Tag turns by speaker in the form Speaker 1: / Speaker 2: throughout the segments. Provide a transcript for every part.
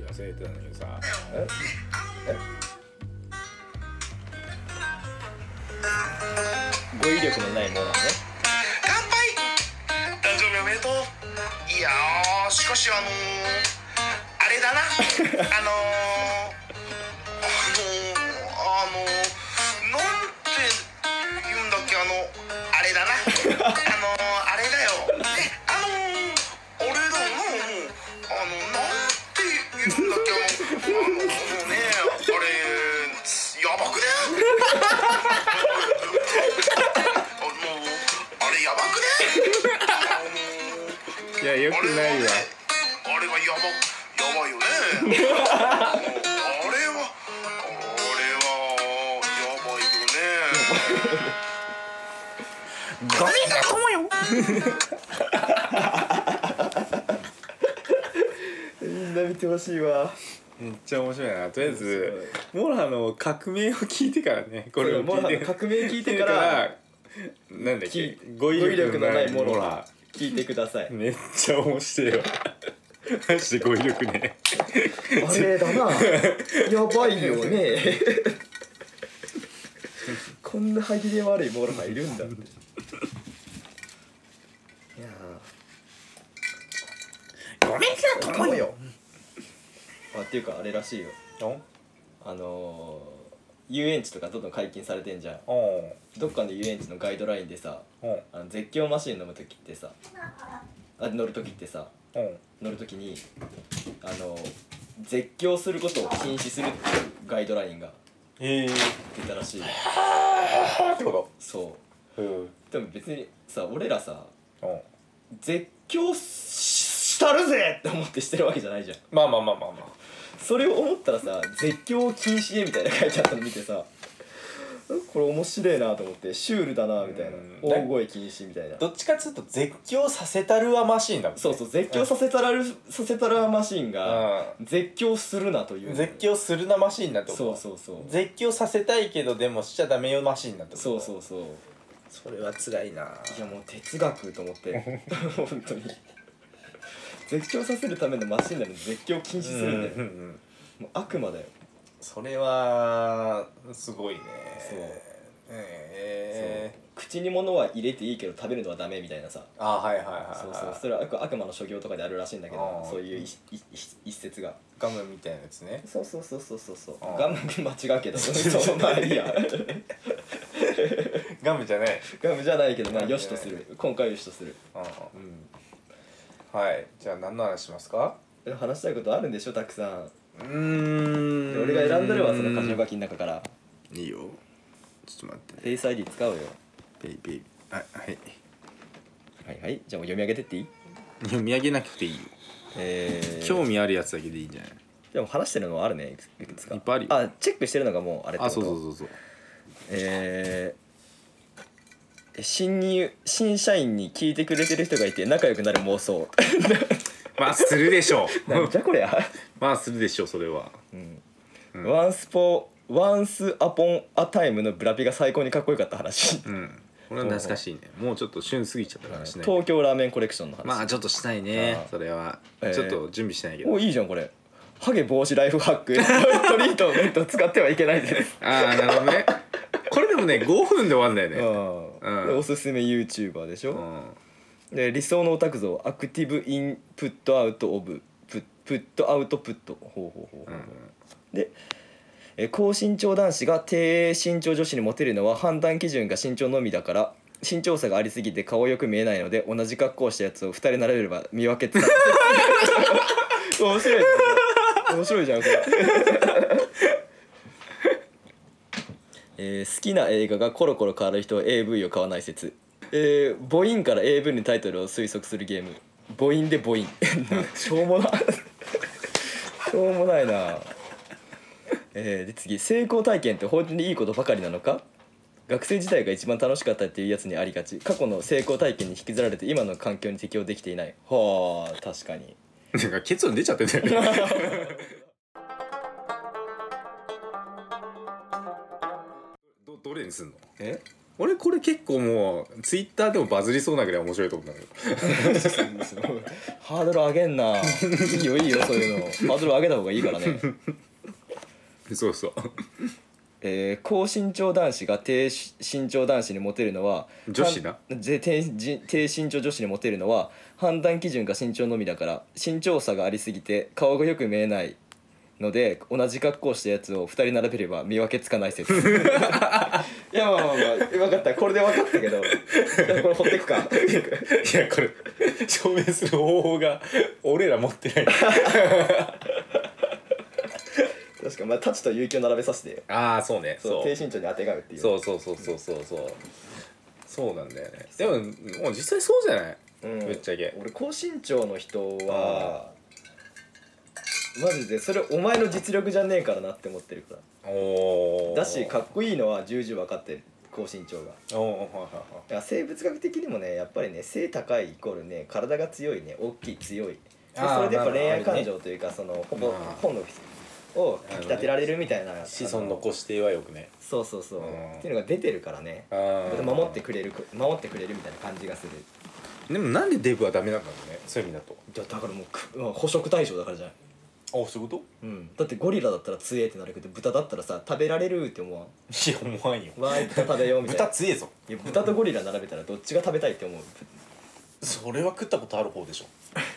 Speaker 1: 忘れてたんだけどさ。
Speaker 2: 語彙力のないものね。
Speaker 3: 乾杯。誕生日おめでとう。いやーしかしあれだななんて言うんだっけあれだなあれだよ俺だよななんて言うんだっけねあれやばくねあれやばくね
Speaker 1: いやよくないわ。
Speaker 3: あれはやばいよねあれはやばいよね
Speaker 1: ごめんなともよ。
Speaker 2: みんな見てほしいわ。
Speaker 1: めっちゃ面白いな。とりあえずモラの革命を聞いてからね。これを
Speaker 2: モラ
Speaker 1: 聞いて
Speaker 2: の革命聞いてから
Speaker 1: なんだっけ、
Speaker 2: 語彙力のないモ
Speaker 1: モ
Speaker 2: ラ聞いてください。
Speaker 1: めっちゃ面白いわ。マジで語彙力ね。
Speaker 2: あれだな、やばいよね。こんな歯切れ悪いモラがいるんだって。いや
Speaker 1: ごめんな
Speaker 2: ー、頼むよ。っていうかあれらしいよ。遊園地とかどんどん解禁されてんじゃん。どっかの遊園地のガイドラインでさ、絶叫マシン乗るときってさ、乗るときってさ、乗るときに絶叫することを禁止するっていうガイドラインが出たらしいよ。
Speaker 1: ってこ
Speaker 2: そ
Speaker 1: と。
Speaker 2: う。でも別にさ、俺らさ絶叫したるぜって思ってしてるわけじゃないじゃん。
Speaker 1: まあ。
Speaker 2: それを思ったらさ、絶叫禁止へみたいな書いてあったの見てさ、これ面白いなと思って、シュールだなみたいな、大声禁止みたいな。
Speaker 1: どっちかっつうと絶叫させたるわマシーンだもんね。
Speaker 2: そう絶叫させたらマシンが絶叫するなという。
Speaker 1: 絶叫するなマシーンだってこと。
Speaker 2: そう
Speaker 1: 絶叫させたいけどでもしちゃダメよマシーンだってこと。
Speaker 2: そう
Speaker 1: それは辛いな。
Speaker 2: いやもう哲学と思って本当に絶叫させるためのマシンなのに絶叫禁止するんだよ。もう悪魔だよ。
Speaker 1: それはすごいね。
Speaker 2: そう口に物は入れていいけど食べるのはダメみたいなさ。
Speaker 1: はい
Speaker 2: そうそれは悪魔の所業とかであるらしいんだけど、そういう一節が。
Speaker 1: ガムみたいなやつね。
Speaker 2: そうガム間違うけどそうまあいいや。
Speaker 1: ガムじゃない。
Speaker 2: ガムじゃないけどよしとする。今回よしとする。
Speaker 1: はい、じゃあ何の話しますか。
Speaker 2: 話したいことあるんでしょ、たくさん。俺が選んだるわ、その箇条書きの中から。
Speaker 1: いいよ、ちょっと待ってね。
Speaker 2: フェイス ID 使うよ。
Speaker 1: はい、
Speaker 2: じゃあもう読み上げてっていい？
Speaker 1: 読み上げなくていいよ。興味あるやつだけでいいんじゃない？
Speaker 2: でも話してるのはあるね、いくつか。
Speaker 1: いっぱいあるよ。
Speaker 2: チェックしてるのがもうあれってこと？
Speaker 1: そう
Speaker 2: 新社員に聞いてくれてる人がいて仲良くなる妄想。
Speaker 1: まあするでしょう。
Speaker 2: なんじゃこりゃ。
Speaker 1: まあするでしょう、それは。
Speaker 2: Once upon a time のブラピが最高にかっこよかった話。
Speaker 1: これは懐かしいね。もうちょっと旬過ぎちゃったからしない。
Speaker 2: 東京ラーメンコレクションの話。
Speaker 1: まあちょっとしたいね、それは。ちょっと準備してないけど。
Speaker 2: いいじゃんこれ。ハゲ防止ライフハック。トリートメント使ってはいけないです。
Speaker 1: なるほどね。これでもね5分で終わるんだよね。
Speaker 2: おすすめ YouTuber でしょ。で理想のオタク像アクティブインプットアウトオブプットアウトプット。で高身長男子が低身長女子にモテるのは判断基準が身長のみだから、身長差がありすぎて顔よく見えないので同じ格好したやつを2人並べれば見分けつかない。面白いじゃんこれ。好きな映画がコロコロ変わる人は AV を買わない説。母音から AV のタイトルを推測するゲーム。母音で母音。しょうもないな。で次、成功体験って本当にいいことばかりなのか。学生時代が一番楽しかったっていうやつにありがち。過去の成功体験に引きずられて今の環境に適応できていない。はあ、確かに。
Speaker 1: なんか結論出ちゃってるね。どれにすんの？ 俺これ結構もうツイッターでもバズりそうなぐらい面白いと思うんだけど
Speaker 2: ハードル上げんな。いいよいいよ、そういうのハードル上げた方がいいからね。
Speaker 1: そうそう
Speaker 2: 高身長男子が低身長男子にモテるのは
Speaker 1: 女子な
Speaker 2: 低身長女子にモテるのは判断基準が身長のみだから、身長差がありすぎて顔がよく見えないので同じ格好したやつを2人並べれば見分けつかない説。いやまあ分かった、これで分かったけどこれ掘ってくか。
Speaker 1: いやこれ証明する方法が俺ら持ってない
Speaker 2: 確かに、まあ、タチと勇気を並べさせてよ。
Speaker 1: ああそうね
Speaker 2: そう低身長に当てがうっていう。
Speaker 1: そうそうなんだよね。でももう実際そうじゃない、ぶっちゃけ
Speaker 2: 俺高身長の人はマジでそれお前の実力じゃねえからなって思ってるから。
Speaker 1: お
Speaker 2: だしかっこいいのは重々分かってる、高身長が。いや生物学的にもねやっぱりね背高いイコールね体が強いね、大きい強いで、それでやっぱ恋愛感情というかそのほぼ本能を引き立てられるみたいな、
Speaker 1: 子孫残してはよくね。
Speaker 2: そうっていうのが出てるからね。守ってくれるみたいな感じがする。
Speaker 1: でもなんでデブはダメなんだろうね、そういう意味だと。
Speaker 2: じゃだからもう捕食対象だからじゃない。
Speaker 1: あ、そういうこ
Speaker 2: だってゴリラだったら強えってなるけど豚だったらさ食べられるって思わん。
Speaker 1: と？いや思わんよ。
Speaker 2: わーい豚食べようみたいな。
Speaker 1: 豚強えぞ。
Speaker 2: いや豚とゴリラ並べたらどっちが食べたいって思う。
Speaker 1: それは食ったことある方でしょ。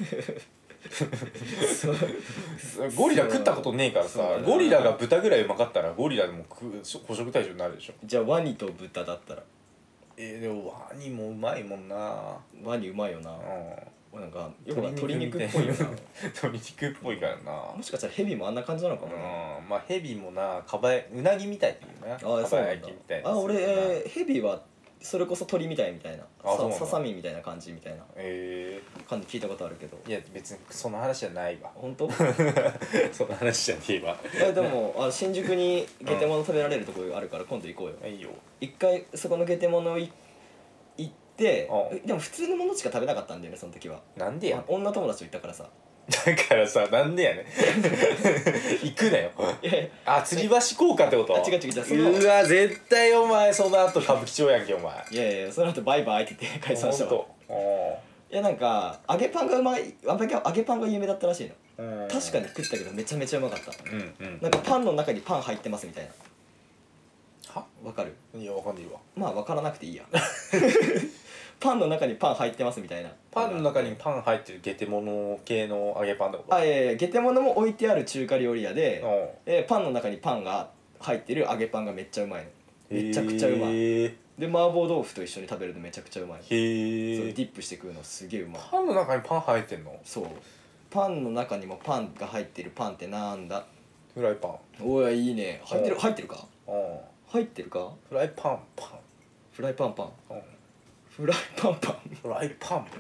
Speaker 1: ゴリラ食ったことねえからさ、ゴリラが豚ぐらいうまかったらゴリラでも捕食対象になるでしょ。
Speaker 2: じゃあワニと豚だったら。
Speaker 1: でもワニもうまいもんな。
Speaker 2: ワニうまいよな。なんか
Speaker 1: 鶏肉っぽいよな。鶏肉っぽいからな。
Speaker 2: もしかしたらヘビもあんな感じなのかもね。
Speaker 1: まあヘビもな、うなぎみたいっていうな。
Speaker 2: ああそうなんだ。俺ヘビはそれこそ鳥みたいなささみみたいな感じみたいな感じ聞いたことあるけど。
Speaker 1: いや別にその話じゃないわ。
Speaker 2: 本当？
Speaker 1: その話じゃねえわ。
Speaker 2: でも新宿にゲテモノ食べられるところがあるから今度行こうよ。
Speaker 1: いいよ。
Speaker 2: 一回そこのゲテモノ行ってでも普通のものしか食べなかったんだよねその時は。
Speaker 1: なんでや。
Speaker 2: 女友達と行ったからさ。
Speaker 1: だからさ、なんでやねん。行くなよ。あ、吊り橋効果ってこと？
Speaker 2: 違う
Speaker 1: うわ、絶対お前その後歌舞伎町やんけお前。
Speaker 2: いやその後バイバイって言って解散したわ。いやなんか揚げパンがうまい、揚げパンが有名だったらしいの。確かに食ったけどめちゃめちゃうまかった。なんかパンの中にパン入ってますみたいな。
Speaker 1: は？
Speaker 2: わかる？
Speaker 1: いやわかんないわ。
Speaker 2: まあわからなくていいや。パンの中にパン入ってますみたいな。
Speaker 1: パンの中にパン入ってるゲテモノ系の揚げパンってこと？
Speaker 2: ゲテモノも置いてある中華料理屋で、パンの中にパンが入ってる揚げパンがめっちゃうまいの。めちゃくちゃうまい。で麻婆豆腐と一緒に食べるとめちゃくちゃうまい。そうディップして食うのすげえうまい。
Speaker 1: パンの中にパン入ってんの？
Speaker 2: そう。パンの中にもパンが入ってる。パンってなんだ？
Speaker 1: フライパン。
Speaker 2: おいいいね。入ってるか？入ってるか？
Speaker 1: フライパン。
Speaker 2: フライパン。フライパン。
Speaker 1: フライパン。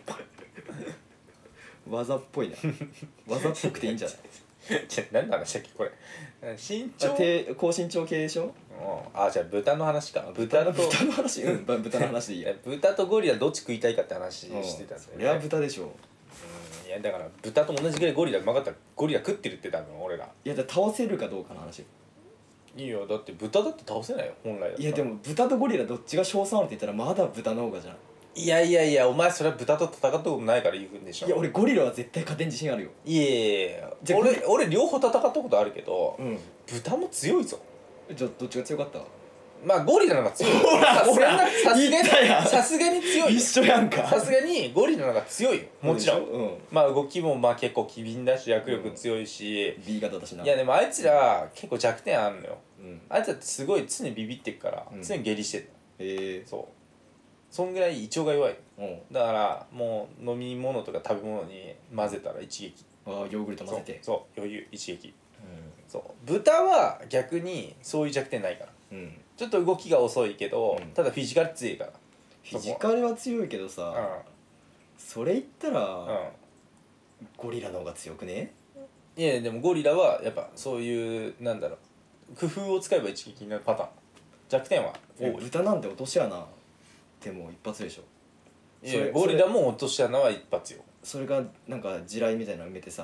Speaker 2: 技っぽいな。技っぽくていいんじゃない？
Speaker 1: 何の話だっけこれ。身長
Speaker 2: 高身長系でしょ。
Speaker 1: じゃあ豚の話か。
Speaker 2: 豚の話。豚の話でいいや。
Speaker 1: 豚とゴリラどっち食いたいかって話してたんだよね。
Speaker 2: そりゃ豚でしょ。
Speaker 1: いやだから豚と同じぐらいゴリラうまかったらゴリラ食ってるって多分俺ら。
Speaker 2: いやだ倒せるかどうかの話。
Speaker 1: いいよ、だって豚だって倒せないよ本来だったら。
Speaker 2: いやでも豚とゴリラどっちが勝算あるって言ったらまだ豚の方がじゃん。
Speaker 1: いやお前それは豚と戦ったことないから言うんでしょ。
Speaker 2: いや俺ゴリラは絶対勝てん自信あるよ。
Speaker 1: いや俺両方戦ったことあるけど、豚も強いぞ。
Speaker 2: じゃあどっちが強かった？
Speaker 1: まあゴリラの方が強い。
Speaker 2: ほら
Speaker 1: さすがに強い。
Speaker 2: 一緒やんか。
Speaker 1: さすがにゴリラの方が強いよもちろん。まあ動きもまあ結構機敏だし握力強いし、
Speaker 2: B 型だしな。
Speaker 1: いやでもあいつら結構弱点あるのよ。あいつらってすごい常にビビってっから常に下痢してる。そうそんぐらい胃腸が弱い。だからもう飲み物とか食べ物に混ぜたら一撃。
Speaker 2: ヨーグルト混ぜて。
Speaker 1: そう余裕一撃。そう豚は逆にそういう弱点ないから、ちょっと動きが遅いけど、ただフィジカル強いから。
Speaker 2: フィジカルは強いけどさ、それ言ったら、ゴリラの方が強くね？
Speaker 1: いやでもゴリラはやっぱそういうなんだろう工夫を使えば一撃になるパターン。弱点は多い。
Speaker 2: 豚なんて落とし穴でも一発でしょ。
Speaker 1: ゴリラも落とし穴は一発よ。
Speaker 2: それがなんか地雷みたいなの埋めてさ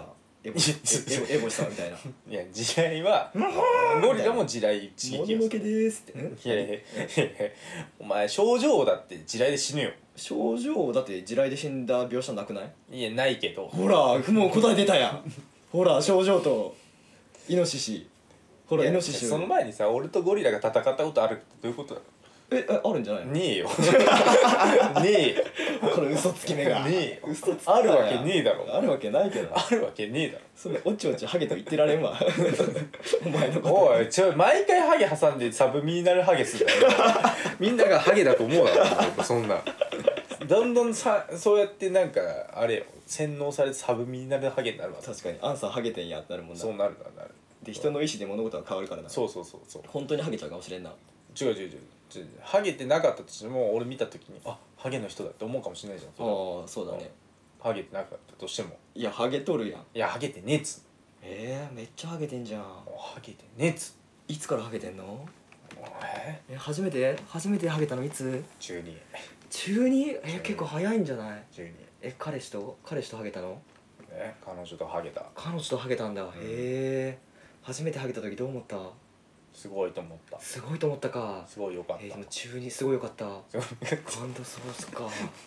Speaker 2: エボシさんみたいな。
Speaker 1: いや地雷はゴリラも地雷刺激を
Speaker 2: もののけでーすって。
Speaker 1: いやいやいやお前症状だって地雷で死ぬよ。
Speaker 2: 症状だって地雷で死んだ描写なくない？
Speaker 1: いやないけど。
Speaker 2: ほらもう答え出たやん。ほら症状とイノシシ。ほらイノシシ。
Speaker 1: その前にさ俺とゴリラが戦ったことあるってどういうことだろ
Speaker 2: あるんじゃないの？
Speaker 1: ねえよねえよ
Speaker 2: この嘘つき目が。
Speaker 1: ねえよ
Speaker 2: 嘘つき
Speaker 1: あるわけねえだろ。
Speaker 2: あるわけないけど。
Speaker 1: あるわけねえだろ。
Speaker 2: それおちおちハゲと言ってられんわ。お前のこと。
Speaker 1: おい毎回ハゲ挟んでサブミニナルハゲするんだよみんながハゲだと思うだろそんなどんどんそうやってなんかあれよ洗脳されてサブミニナルハゲになるわ。
Speaker 2: 確かにアンさんハゲてんやってなるもんな。
Speaker 1: そうなるなる
Speaker 2: で人の意思で物事が変わるからな。
Speaker 1: そう
Speaker 2: 本当にハゲちゃうかもしれんな。
Speaker 1: 違うハゲてなかったとしても俺見た時にあハゲの人だって思うかもしれないじゃん。
Speaker 2: ああそうだね。
Speaker 1: ハゲてなかったとしても
Speaker 2: いやハゲとるやん。
Speaker 1: いやハゲてねえっつ
Speaker 2: めっちゃハゲてんじゃん。
Speaker 1: ハゲてねえっつ
Speaker 2: いつからハゲてんの？初めてハゲたのいつ？
Speaker 1: 中2
Speaker 2: 中 2？ 結構早いんじゃない？
Speaker 1: 中2
Speaker 2: 彼氏とハゲたの？
Speaker 1: 彼女とハゲた。
Speaker 2: 彼女とハゲたんだ。初めてハゲた時どう思った？
Speaker 1: すごいと思った。
Speaker 2: すごいと思ったか。
Speaker 1: すごいよかった。
Speaker 2: でも中2すごいよかった。感動ソースか。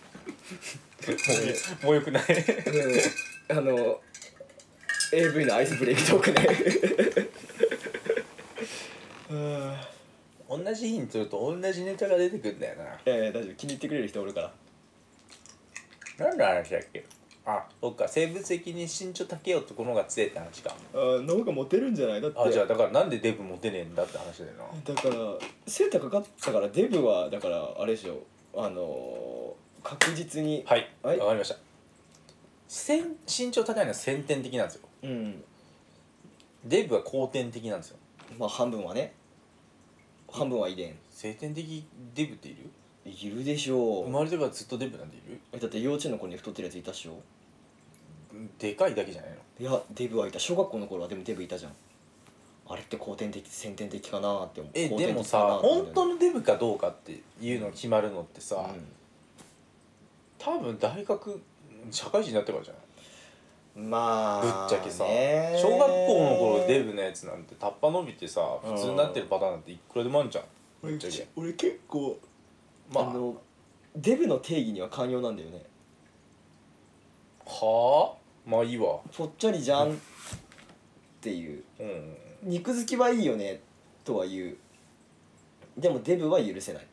Speaker 1: もうよくない。
Speaker 2: AV のアイスブレイクトークね。
Speaker 1: 同じ日に撮ると同じネタが出てくるんだよな。
Speaker 2: 大丈夫、気に入ってくれる人おるから。
Speaker 1: 何の話だっけ？あ、そっか、生物的に身長高い男の方が強いって話か。
Speaker 2: の方がモテるんじゃない？だって
Speaker 1: じゃあだからなんでデブモテねえんだって話だよな。
Speaker 2: だから背高かったからデブはだからあれでしょ、確実に
Speaker 1: はい、わかりました。身長高いのは先天的なんですよ。デブは後天的なんですよ。
Speaker 2: まあ半分はね、半分は遺伝。
Speaker 1: 先天的デブっている？
Speaker 2: いるでしょう。
Speaker 1: 生まれてからずっとデブなんている？
Speaker 2: だって幼稚園の頃に太ってるやついたっしょ。
Speaker 1: でかいだけじゃないの？
Speaker 2: いやデブはいた。小学校の頃はでもデブいたじゃん。あれって後天的先天的かなって思う。
Speaker 1: でもさ、本当のデブかどうかっていうの決まるのってさ、多分大学社会人になってからじゃない？
Speaker 2: まあ
Speaker 1: ぶっちゃけさ、小学校の頃デブのやつなんてタッパ伸びてさ普通になってるパターンなんていくらでもあるじゃん。
Speaker 2: 俺結構デブの定義には寛容なんだよね。
Speaker 1: はあ、まあいいわ。
Speaker 2: ぽっちゃりじゃんっていう、肉付きはいいよねとは言う。でもデブは許せない。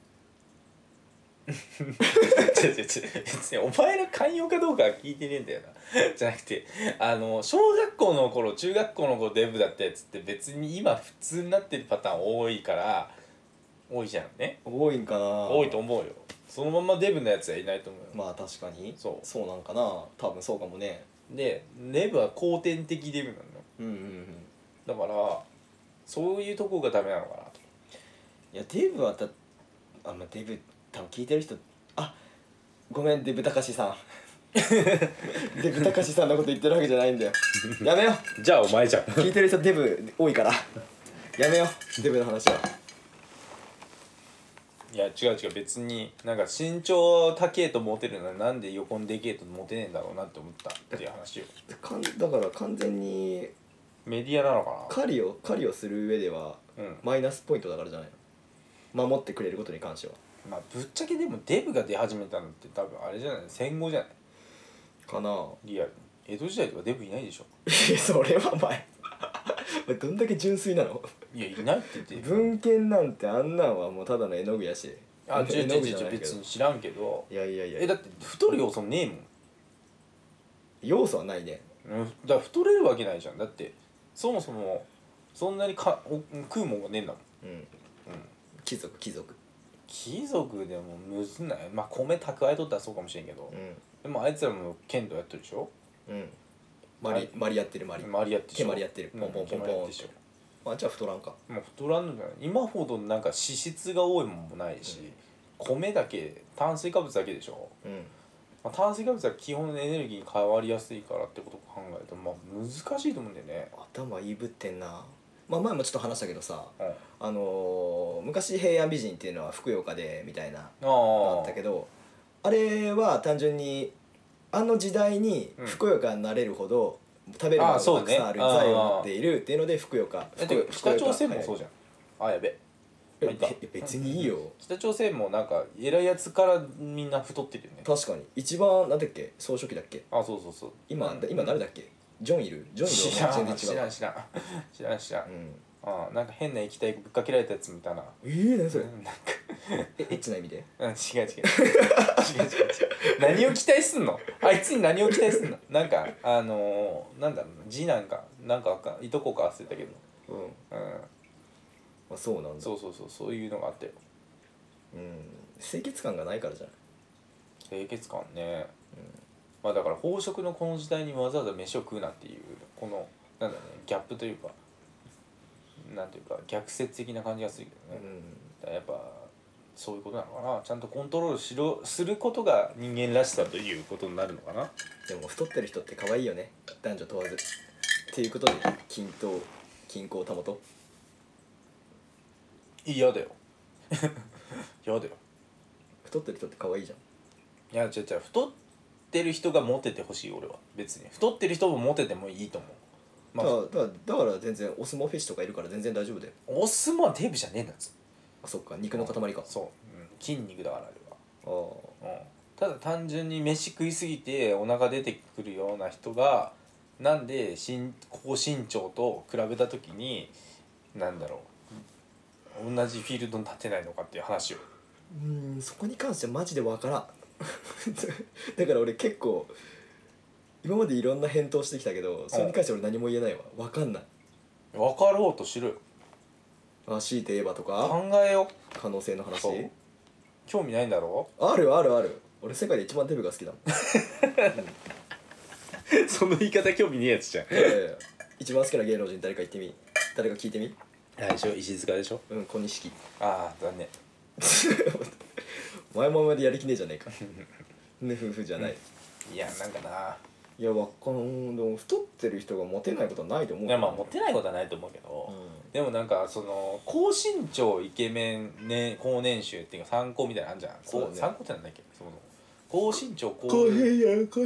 Speaker 1: 別にお前の寛容かどうかは聞いてねえんだよな。じゃなくて小学校の頃中学校の頃デブだったやつって別に今普通になってるパターン多いから多いじゃんね。
Speaker 2: 多いんかな。
Speaker 1: 多いと思うよ。そのままデブのやつはいないと思うよ。
Speaker 2: まあ確かに
Speaker 1: そう
Speaker 2: なんかな。多分そうかもね。
Speaker 1: でデブは後天的デブなの。だからそういうとこがダメなのかなと。
Speaker 2: いやデブはデブ多分聞いてる人ごめんデブたかしさん。デブたかしさんのこと言ってるわけじゃないんだよ。やめよ
Speaker 1: う。じゃあお前じゃん。
Speaker 2: 聞いてる人デブ多いからやめようデブの話は。
Speaker 1: いや違う別になんか身長高えとモテるのはなんで横にでけえとモテねえんだろうなって思ったっていう話よ。
Speaker 2: だから完全に
Speaker 1: メディアなのかな。
Speaker 2: 狩りをする上ではマイナスポイントだからじゃないの。守ってくれることに関しては。
Speaker 1: まあぶっちゃけでもデブが出始めたのって多分あれじゃない、戦後じゃない
Speaker 2: かな。
Speaker 1: リアルに江戸時代とかデブいないでしょ。
Speaker 2: それは前どんだけ純粋なの。
Speaker 1: いやいないって言って
Speaker 2: 文献なんてあんなんはもうただの絵の具やし。
Speaker 1: 別に知らんけど。
Speaker 2: いや
Speaker 1: だって太る要素ねえもん。
Speaker 2: 要素はないね。
Speaker 1: だから太れるわけないじゃん。だってそもそもそんなに食うもんがねえんだもん。
Speaker 2: 貴族
Speaker 1: でもむずない。まあ米蓄えとったらそうかもしれんけど、でもあいつらも剣道やってるでしょ。
Speaker 2: マリやってる。
Speaker 1: マリやってる。
Speaker 2: 毛マリやってる。ポンポンポンポン。じゃあ太らんか。
Speaker 1: もう太らんのじゃない。今ほどなんか脂質が多いもんもないし、米だけ炭水化物だけでしょ。炭水化物は基本エネルギーに変わりやすいからってことを考えると難しいと思うんだよね。
Speaker 2: 頭いいぶってんな。前もちょっと話したけどさ、昔平安美人っていうのはふくよかでみたいなのあったけど、あれは単純にあの時代にふくよかになれるほど食べるものがたくさんある財を持っているっていうので
Speaker 1: 北朝鮮もそうじゃん。やべ
Speaker 2: 別にいいよ。
Speaker 1: 北朝鮮もなんか偉いやつからみんな太ってるよね。
Speaker 2: 確かに一番なんだっけ総書記だっけ。
Speaker 1: そう
Speaker 2: 今誰だっけ。ジョンいる
Speaker 1: 知らんなんか変な液体ぶっかけられたやつみたいな。
Speaker 2: 何それ。
Speaker 1: なんか
Speaker 2: エッチな意味で。
Speaker 1: 違う何を期待すんの。あいつに何を期待すんの。なんかなんだろうな、字なんかいとこか忘れたけど、
Speaker 2: あ、そうなんだ。
Speaker 1: そういうのがあったよ。
Speaker 2: 清潔感がないからじゃない。
Speaker 1: 清潔感ね。まあだから飽食のこの時代にわざわざ飯を食うなっていうこのなんだろうね、ギャップというかなんていうか逆説的な感じがするけどね。だからやっぱそういうことなのかな。ちゃんとコントロールすることが人間らしさということになるのかな。
Speaker 2: でも太ってる人って可愛いよね、男女問わず。っていうことで均衡を保とう。
Speaker 1: 嫌だよ嫌だよ。
Speaker 2: 太ってる人って可愛いじゃん。
Speaker 1: いや違う太ってる人がモテてほしい。俺は別に太ってる人もモテてもいいと思う。
Speaker 2: だから全然オスモフェチとかいるから全然大丈夫だよ。
Speaker 1: オスもデブじゃねえんだっつ。
Speaker 2: あ、そっか、肉の塊か。
Speaker 1: そう、筋肉だからあれは。
Speaker 2: あ
Speaker 1: ただ単純に飯食いすぎてお腹出てくるような人がなんで高身長と比べた時になんだろう同じフィールドに立てないのかっていう話を。
Speaker 2: そこに関してはマジでわからんだから俺結構今までいろんな返答してきたけど、それに関して俺何も言えないわ。わかんない。
Speaker 1: 分かろうとしろよ。
Speaker 2: 強いて言えばとか
Speaker 1: 考えよう。
Speaker 2: 可能性の話。
Speaker 1: 興味ないんだろ。
Speaker 2: ある。俺世界で一番デブが好きだもん
Speaker 1: その言い方興味ねえやつじゃん。
Speaker 2: 一番好きな芸能人誰か聞いてみ。
Speaker 1: あれでしょ、石塚でしょ。
Speaker 2: 小錦。
Speaker 1: ああ残念
Speaker 2: 前もまでやる気ねえじゃねえか夫婦じゃない。
Speaker 1: いやなんかな。
Speaker 2: いやわかん。でも太ってる人がモテないことはないと思う。
Speaker 1: いやまあモテないことはないと思うけど、でもなんかその高身長イケメン、ね、高年収っていうか参考みたいなのあるじゃん。
Speaker 2: そうだね、
Speaker 1: 参考ってなんだっけ。高身長
Speaker 2: 高品じゃんもう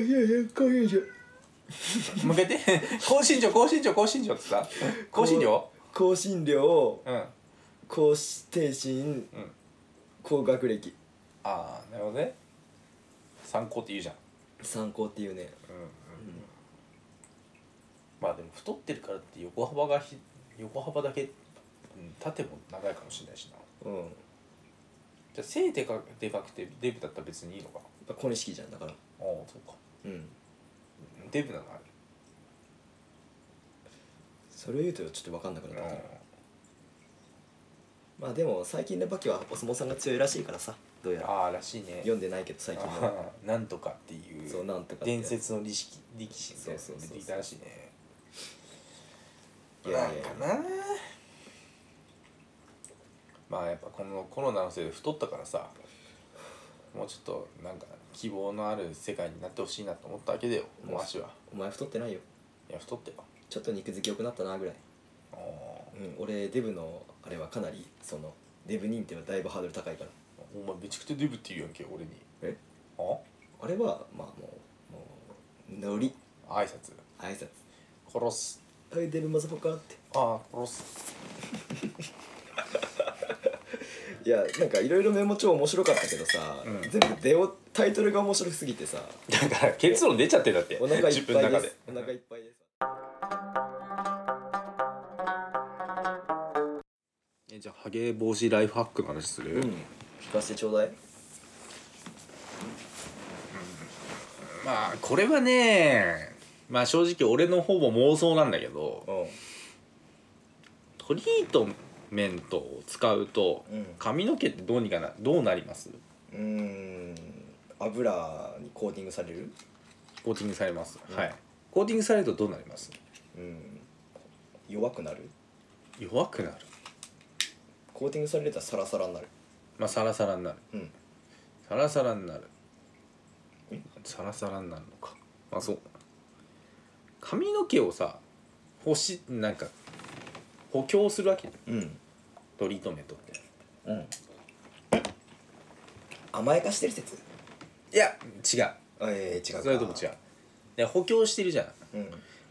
Speaker 1: 一回言って高身長ってさ、高身量
Speaker 2: 高低身、高学歴。
Speaker 1: ああなるほどね。参考って言うじゃん。
Speaker 2: 参考っていうね。
Speaker 1: まあでも太ってるからって横幅だけ、縦も長いかもしれないしな。じゃあ背でかくてデブだったら別にいいのか。
Speaker 2: 小錦じゃんだから。
Speaker 1: ああそうか。デブなのあれ。
Speaker 2: それを言うとちょっと分かんなくなった。まあでも最近のバキはお相撲さんが強いらしいからさ、どうやら。
Speaker 1: ああらしいね。
Speaker 2: 読んでないけど最近の
Speaker 1: なんとかっていう
Speaker 2: そうなんとか
Speaker 1: 伝説の力士みたいなの出てきたらしいね。なんかな。まあやっぱこのコロナのせいで太ったからさ、もうちょっとなんか希望のある世界になってほしいなと思ったわけだよ。もう足は。
Speaker 2: お前太ってないよ。
Speaker 1: いや太ってよ。
Speaker 2: ちょっと肉付き良くなったなぐらい。俺デブのあれはかなりそのデブ認定はだいぶハードル高いから。
Speaker 1: お前めちゃくちゃデブって言うやんけ俺に。
Speaker 2: あれはまあもうノリ
Speaker 1: 挨拶殺す。
Speaker 2: はいデブマザファカーって。
Speaker 1: 殺す
Speaker 2: いやなんかいろいろメモ帳面白かったけどさ、全部タイトルが面白すぎてさ、
Speaker 1: だから結論出ちゃってんだって。
Speaker 2: お腹いっぱいです。
Speaker 1: 自分の中で
Speaker 2: お腹いっぱいです。
Speaker 1: じゃあハゲ防止ライフハックの話する。
Speaker 2: 聞かせてちょうだい。
Speaker 1: まあこれはね、まあ正直俺のほぼ妄想なんだけど、トリートメントを使うと髪の毛ってどうなります？
Speaker 2: 油にコーティングされる？
Speaker 1: コーティングされます。はい。コーティングされるとどうなります？
Speaker 2: 弱くなる？
Speaker 1: 弱くなる。
Speaker 2: コーティングされたらサラサラになる。
Speaker 1: まあサラサラになる。サラサラになる。サラサラになるのか。まあそう。髪の毛をさ、なんか補強するわけ。トリートメントって。
Speaker 2: 甘やかしてる説？
Speaker 1: いや違う。
Speaker 2: 違うか。
Speaker 1: それとも違う。補強してるじゃん。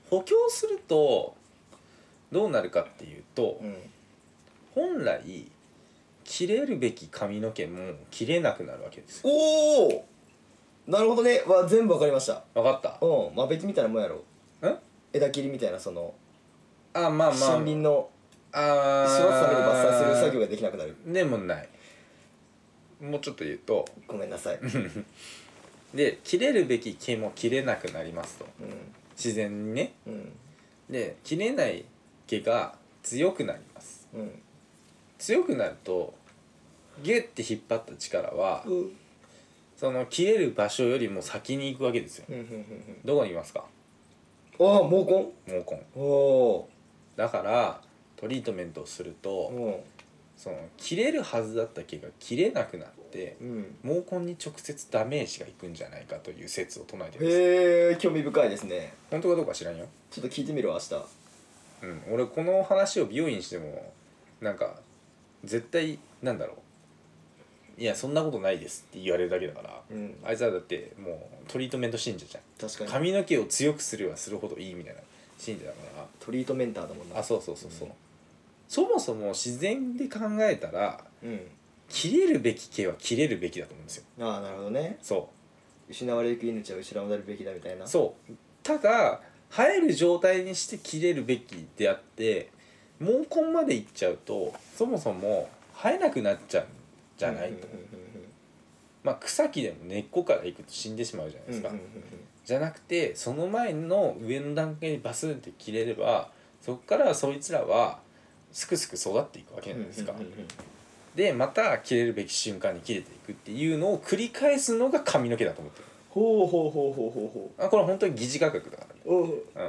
Speaker 1: 補強するとどうなるかっていうと、本来切れるべき髪の毛も切れなくなるわけですよ。
Speaker 2: おお、なるほどね。全部わかりました。
Speaker 1: 分かった。
Speaker 2: 間引きみたいなもんやろ。枝切りみたいな、その
Speaker 1: まあ森
Speaker 2: 林の育つために伐採する作業ができなくなる。
Speaker 1: でもない。もうちょっと言うと、
Speaker 2: ごめんなさい。
Speaker 1: で切れるべき毛も切れなくなりますと、自然にね。で切れない毛が強くなります。強くなるとギュッて引っ張った力は、その切れる場所よりも先に行くわけですよ。どこにいますか？
Speaker 2: 毛根。
Speaker 1: だからトリートメントをすると、その切れるはずだった毛が切れなくなって、毛根に直接ダメージがいくんじゃないかという説を唱えてるんです。
Speaker 2: へえ、興味深いですね。
Speaker 1: 本当かどうか知らんよ。
Speaker 2: ちょっと聞いてみるわ、明日。
Speaker 1: 俺この話を美容院にしてもなんか絶対なんだろう、いやそんなことないですって言われるだけだから、あいつはだってもうトリートメント信者じゃん。
Speaker 2: 確かに
Speaker 1: 髪の毛を強くすればするほどいいみたいな信者だから。
Speaker 2: トリートメンターだもんな。
Speaker 1: そう、そもそも自然で考えたら、切れるべき毛は切れるべきだと思うんですよ。
Speaker 2: なるほどね。失われゆく命は失われるべきだみたいな。
Speaker 1: ただ生える状態にして切れるべきであって、毛根までいっちゃうとそもそも生えなくなっちゃうんじゃないと。草木でも根っこからいくと死んでしまうじゃないですか。じゃなくてその前の上の段階でバスンって切れれば、そこからそいつらはすくすく育っていくわけじゃないですか。でまた切れるべき瞬間に切れていくっていうのを繰り返すのが髪の毛だと思ってる。
Speaker 2: こ
Speaker 1: れ本当に疑似科学だから、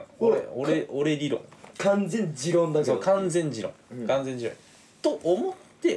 Speaker 1: 俺理論。
Speaker 2: 完全持論だけど。
Speaker 1: 完全持論、と思って、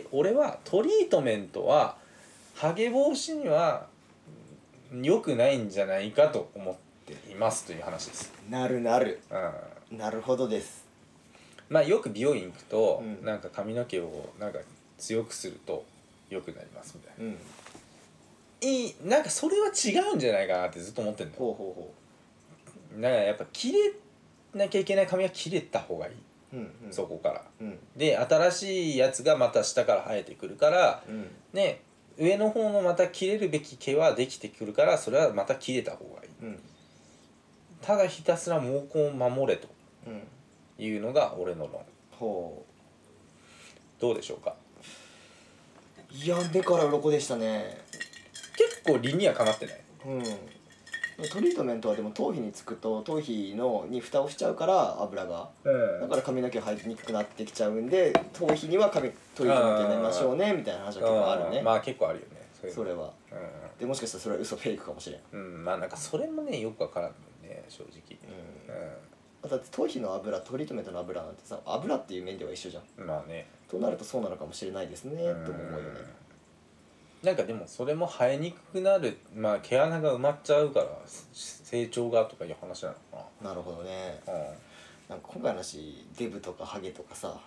Speaker 1: 俺はトリートメントはハゲ防止には良くないんじゃないかと思っていますという話です。
Speaker 2: なるほどです。
Speaker 1: よく美容院行くと、なんか髪の毛をなんか強くすると良くなりますみたいな、なんかそれは違うんじゃないかなってずっと思ってんだよ。だからやっぱ切れなきゃいけない髪は切れた方がいい、そこから、で新しいやつがまた下から生えてくるから、ね、上の方のまた切れるべき毛はできてくるから、それはまた切れた方がいい、ただひたすら毛根を守れというのが俺の論。どうでしょうか？
Speaker 2: いや、目から鱗でしたね。
Speaker 1: 結構理にはかなってない。
Speaker 2: トリートメントはでも頭皮につくと頭皮に蓋をしちゃうから油が、だから髪の毛が生えにくくなってきちゃうんで、頭皮にはトリートメントになりましょうねみたいな話は結構あるね。
Speaker 1: 結構あるよね、
Speaker 2: それは。でもしかしたらそれは嘘フェイクかもしれん。
Speaker 1: なんかそれもねよくわからんもんね、正直。
Speaker 2: だって頭皮の油、トリートメントの油なんてさ、油っていう面では一緒じゃん。となるとそうなのかもしれないですねとも思うよね。
Speaker 1: なんかでもそれも生えにくくなる、毛穴が埋まっちゃうから成長がとかいう話なのか
Speaker 2: な。なるほどね。なんか今回の話、デブとかハゲとかさ、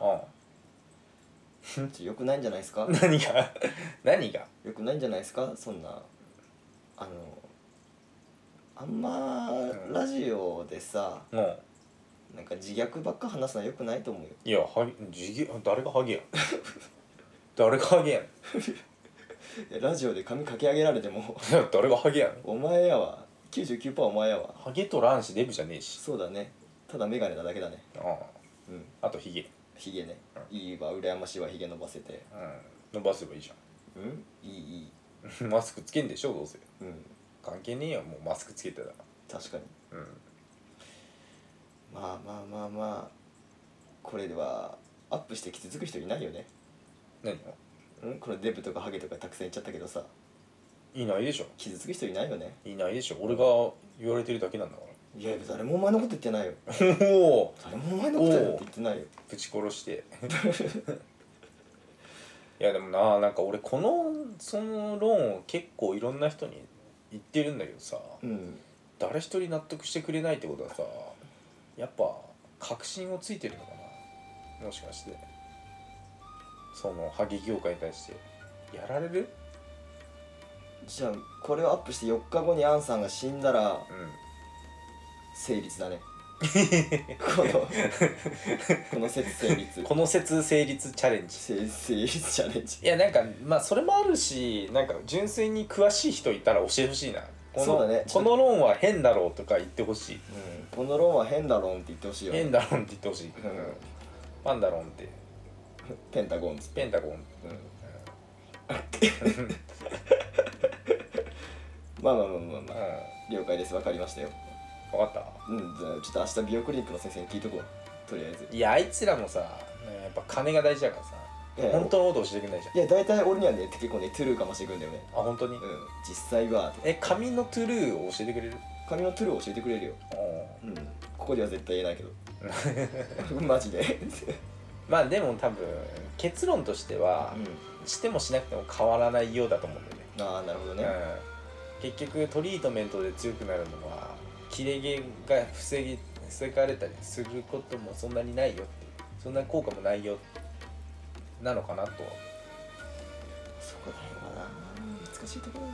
Speaker 2: よくないんじゃないですか？
Speaker 1: 何が
Speaker 2: よくないんじゃないですか？そんなあんまラジオでさ、なんか自虐ばっか話すのはよくないと思うよ。
Speaker 1: いや、誰がハゲやん誰がハゲやん
Speaker 2: ラジオで髪かき上げられても
Speaker 1: 誰がハゲやん。
Speaker 2: お前やわ。99% お前やわ。
Speaker 1: ハゲと卵子デブじゃねえし。
Speaker 2: そうだね。ただメガネなだけだね。
Speaker 1: あとヒゲ
Speaker 2: ね。いいわ、羨ましいわ、ヒゲ伸ばせて。
Speaker 1: 伸ばせばいいじ
Speaker 2: ゃん。いい
Speaker 1: マスクつけんでしょ、どうせ。関係ねえよ、もうマスクつけてたら。
Speaker 2: 確かに。まあこれではアップして傷つく人いないよね。
Speaker 1: 何を？
Speaker 2: これデブとかハゲとかたくさん言っちゃったけどさ、
Speaker 1: いないでしょ。
Speaker 2: 傷つく人いないよね。
Speaker 1: いないでしょ。俺が言われてるだけなんだから。
Speaker 2: いや、誰もお前のこと言ってないよ。誰もお前のこと言ってないよ。
Speaker 1: ぶち殺していやでもなんか俺その論を結構いろんな人に言ってるんだけどさ、誰一人納得してくれないってことはさ、やっぱ確信をついてるのかな、もしかして。そのハゲ業界に対してやられる？
Speaker 2: じゃあこれをアップして4日後にアンさんが死んだら、成立だね。 この説成立
Speaker 1: この説成立チャレンジ。
Speaker 2: 成立チャレンジ。
Speaker 1: いやなんかまあそれもあるし、なんか純粋に詳しい人いたら教えてほしいな。
Speaker 2: そうだね。
Speaker 1: この論は変だろうとか言ってほしい。
Speaker 2: この論は変だろんって言ってほしいよ、ね。
Speaker 1: 変だろんって言ってほしい。パンダロンって
Speaker 2: ペンタゴン
Speaker 1: ペンタゴン。
Speaker 2: まあまあまあまあまあ、了解です。わかりましたよ。
Speaker 1: 分かった。
Speaker 2: じゃあちょっと明日美容クリニックの先生に聞いとこう。とりあえず。
Speaker 1: いやあいつらもさ、やっぱ金が大事だからさ、本当のこと教えてくれないじゃん。
Speaker 2: いや大体俺にはね結構ねトゥルーかましてくんだよね。
Speaker 1: あ本当に。
Speaker 2: 実際は
Speaker 1: 髪のトゥルーを教えてくれる。
Speaker 2: 髪のトゥルーを教えてくれるよ。ここでは絶対言えないけどマジで
Speaker 1: まあでも多分結論としては、してもしなくても変わらないようだと思うんだよね。
Speaker 2: ああなるほどね。
Speaker 1: 結局トリートメントで強くなるのは切れ毛が防がれたりすることもそんなにないよっていう、そんな効果もないよなのかなと。
Speaker 2: そこだよな、難しいところだ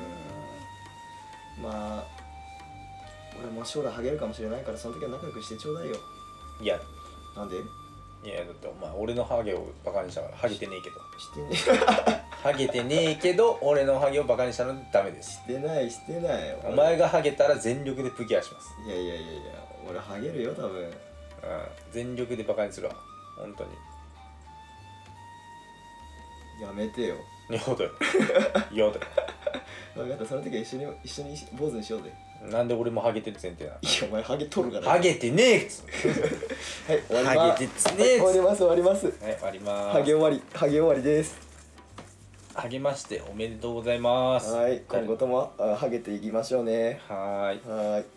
Speaker 2: な。まあ俺も将来ハゲるかもしれないからその時は仲良くしてちょうだいよ。
Speaker 1: いや
Speaker 2: なんで？
Speaker 1: いやだってお前俺のハゲをバカにしたからハゲてねえけど。
Speaker 2: してね
Speaker 1: ハゲてねえけど俺のハゲをバカにしたのダメです。
Speaker 2: してないしてない。
Speaker 1: お前がハゲたら全力でプギアします。
Speaker 2: いや俺ハゲるよ多分。
Speaker 1: 全力でバカにするわ本当に。
Speaker 2: やめてよ。
Speaker 1: やだよやだよ。
Speaker 2: 分かった、その時は一緒に坊主にしようぜ。
Speaker 1: なんで俺もハゲてる前提なの。
Speaker 2: いやお前ハゲ取るから。
Speaker 1: ハゲてねえっつ
Speaker 2: はい終わります。
Speaker 1: ハゲてねえっつ
Speaker 2: 終わります。
Speaker 1: はい終わります。
Speaker 2: ハゲ終わりです。
Speaker 1: 励ましておめでとうございます。
Speaker 2: はい今後ともハゲていきましょうね。
Speaker 1: はーい。
Speaker 2: はい。